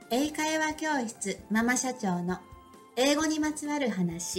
英会話教室ママ社長の英語にまつわる話。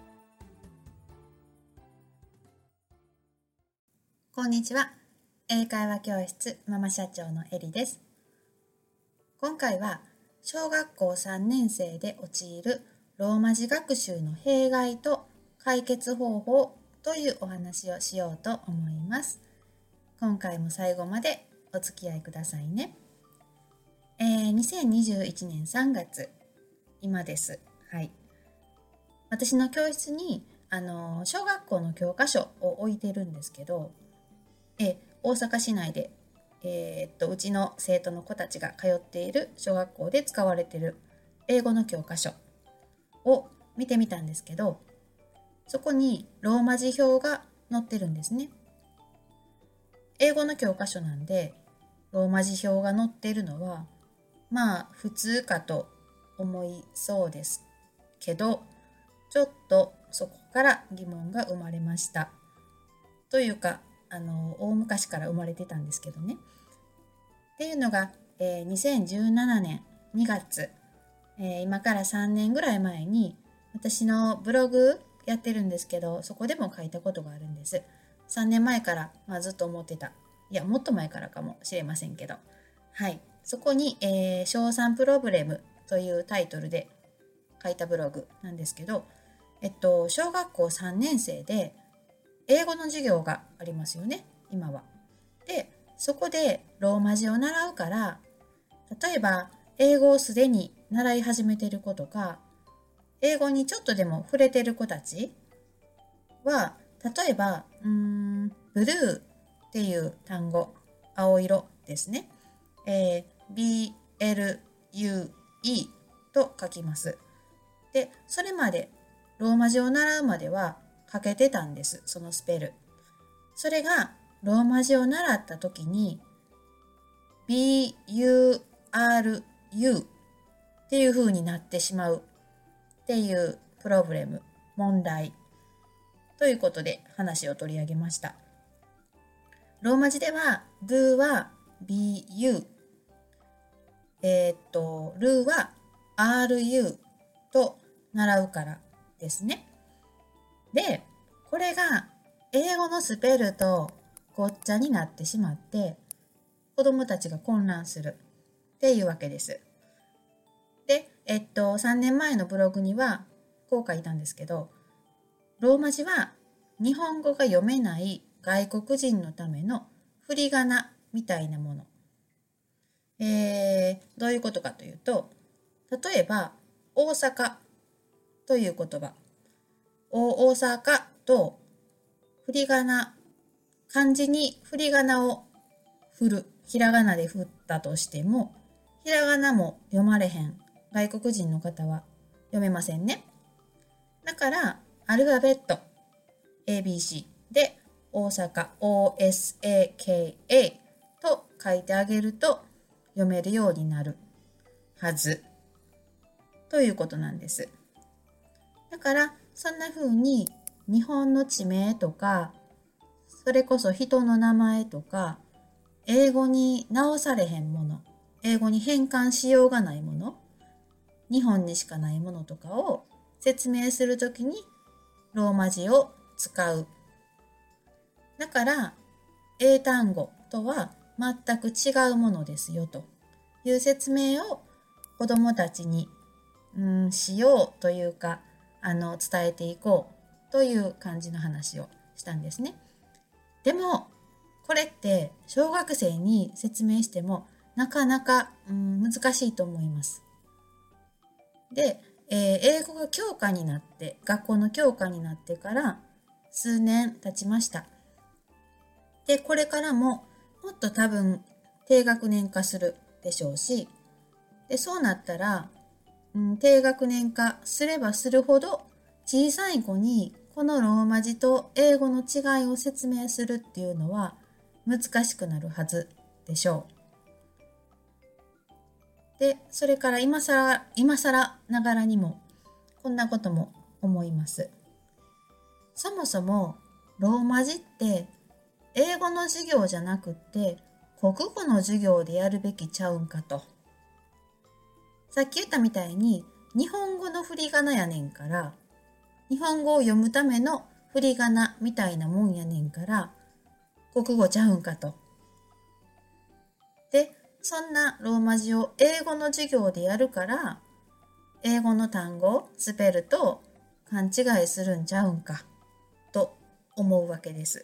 こんにちは。英会話教室ママ社長のエリです。今回は小学校3年生で陥るローマ字学習の弊害と解決方法というお話をしようと思います。今回も最後までお付き合いくださいね。2021年3月、今です。はい。私の教室に小学校の教科書を置いてるんですけど、大阪市内で、うちの生徒の子たちが通っている小学校で使われている英語の教科書を見てみたんですけど、そこにローマ字表が載ってるんですね。英語の教科書なんでローマ字表が載っているのは普通かと思いそうですけど、ちょっとそこから疑問が生まれました。というか大昔から生まれてたんですけどね。っていうのが、2017年2月、今から3年ぐらい前に私のブログやってるんですけど、そこでも書いたことがあるんです。3年前から、ずっと思ってた。いや、もっと前からかもしれませんけど。はい。そこに、小3プロブレムというタイトルで書いたブログなんですけど、小学校3年生で英語の授業がありますよね、今は。で、そこでローマ字を習うから、例えば英語をすでに習い始めている子とか、英語にちょっとでも触れている子たちは、例えばブルーっていう単語、青色ですね、BLUE と書きます。で、それまでローマ字を習うまでは書けてたんです、そのスペル。それがローマ字を習った時に BURU っていう風になってしまうっていうプロブレム、問題ということで話を取り上げました。ローマ字では do は BU、ルは RU と習うからですね。で、これが英語のスペルとごっちゃになってしまって、子供たちが混乱するっていうわけです。で、3年前のブログにはこう書いたんですけど、ローマ字は日本語が読めない外国人のための振り仮名みたいなもの。どういうことかというと、例えば大阪という言葉、大阪と振り仮名、漢字に振り仮名を振る、ひらがなで振ったとしても、ひらがなも読まれへん外国人の方は読めませんね。だからアルファベット ABC で大阪 OSAKA と書いてあげると読めるようになるはずということなんです。だからそんな風に日本の地名とか、それこそ人の名前とか、英語に直されへんもの、英語に変換しようがないもの、日本にしかないものとかを説明するときにローマ字を使う。だから英単語とは全く違うものですよという説明を子どもたちにしようというか、伝えていこうという感じの話をしたんですね。でもこれって小学生に説明してもなかなか難しいと思います。で、英語が教科になって、学校の教科になってから数年経ちました。で、これからももっと多分低学年化するでしょうし、でそうなったら、低学年化すればするほど小さい子にこのローマ字と英語の違いを説明するっていうのは難しくなるはずでしょう。で、それから今更ながらにもこんなことも思います。そもそもローマ字って英語の授業じゃなくって国語の授業でやるべきちゃうんかと。 さっき言ったみたいに日本語の振り仮名やねんから、日本語を読むための振り仮名みたいなもんやねんから、国語ちゃうんかと。で、そんなローマ字を英語の授業でやるから、英語の単語、スペルと勘違いするんちゃうんかと思うわけです。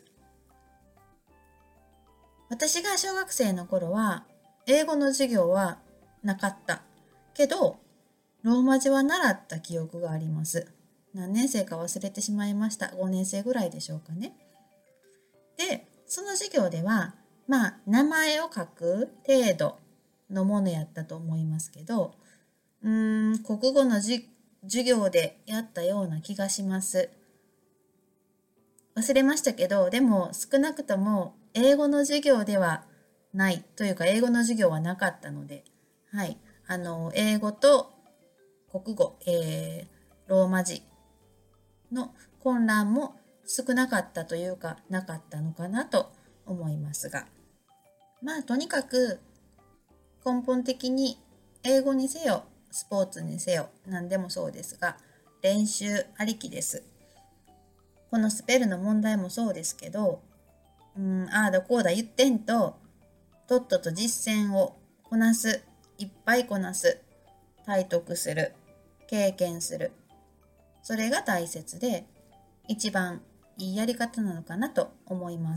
私が小学生の頃は英語の授業はなかったけど、ローマ字は習った記憶があります。何年生か忘れてしまいました。5年生ぐらいでしょうかね。で、その授業では名前を書く程度のものやったと思いますけど、国語の授業でやったような気がします。忘れましたけど、でも少なくとも英語の授業ではないというか、英語の授業はなかったので、はい、英語と国語、ローマ字の混乱も少なかったというか、なかったのかなと思いますが、とにかく根本的に英語にせよスポーツにせよ何でもそうですが、練習ありきです。このスペルの問題もそうですけど、ああだこうだ言ってんと、とっとと実践をこなす、いっぱいこなす、体得する、経験する、それが大切で一番いいやり方なのかなと思います。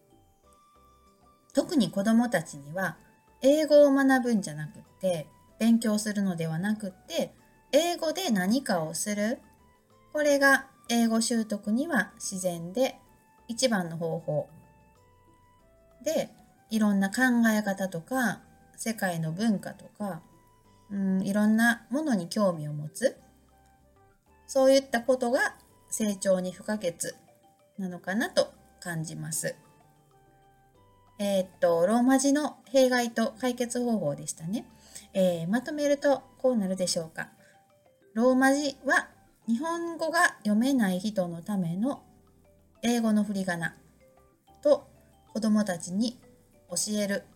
特に子どもたちには英語を学ぶんじゃなくて、勉強するのではなくて、英語で何かをする、これが英語習得には自然で一番の方法で、いろんな考え方とか世界の文化とか、いろんなものに興味を持つ、そういったことが成長に不可欠なのかなと感じます。ローマ字の弊害と解決方法でしたね。まとめるとこうなるでしょうか。ローマ字は日本語が読めない人のための英語の振り仮名と子どもたちに教える。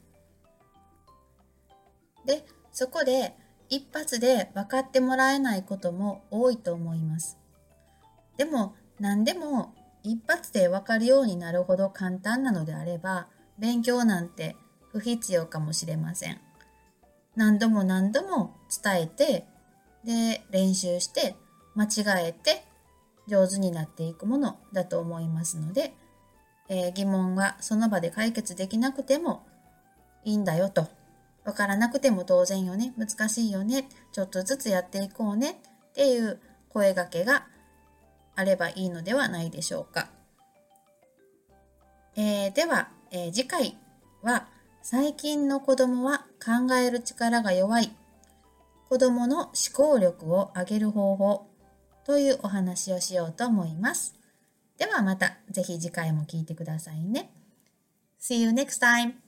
で、そこで一発で分かってもらえないことも多いと思います。でも何でも一発で分かるようになるほど簡単なのであれば、勉強なんて不必要かもしれません。何度も何度も伝えて、で練習して間違えて上手になっていくものだと思いますので、疑問はその場で解決できなくてもいいんだよと。わからなくても当然よね、難しいよね、ちょっとずつやっていこうねっていう声掛けがあればいいのではないでしょうか。では、次回は最近の子どもは考える力が弱い、子どもの思考力を上げる方法というお話をしようと思います。ではまたぜひ次回も聞いてくださいね。See you next time!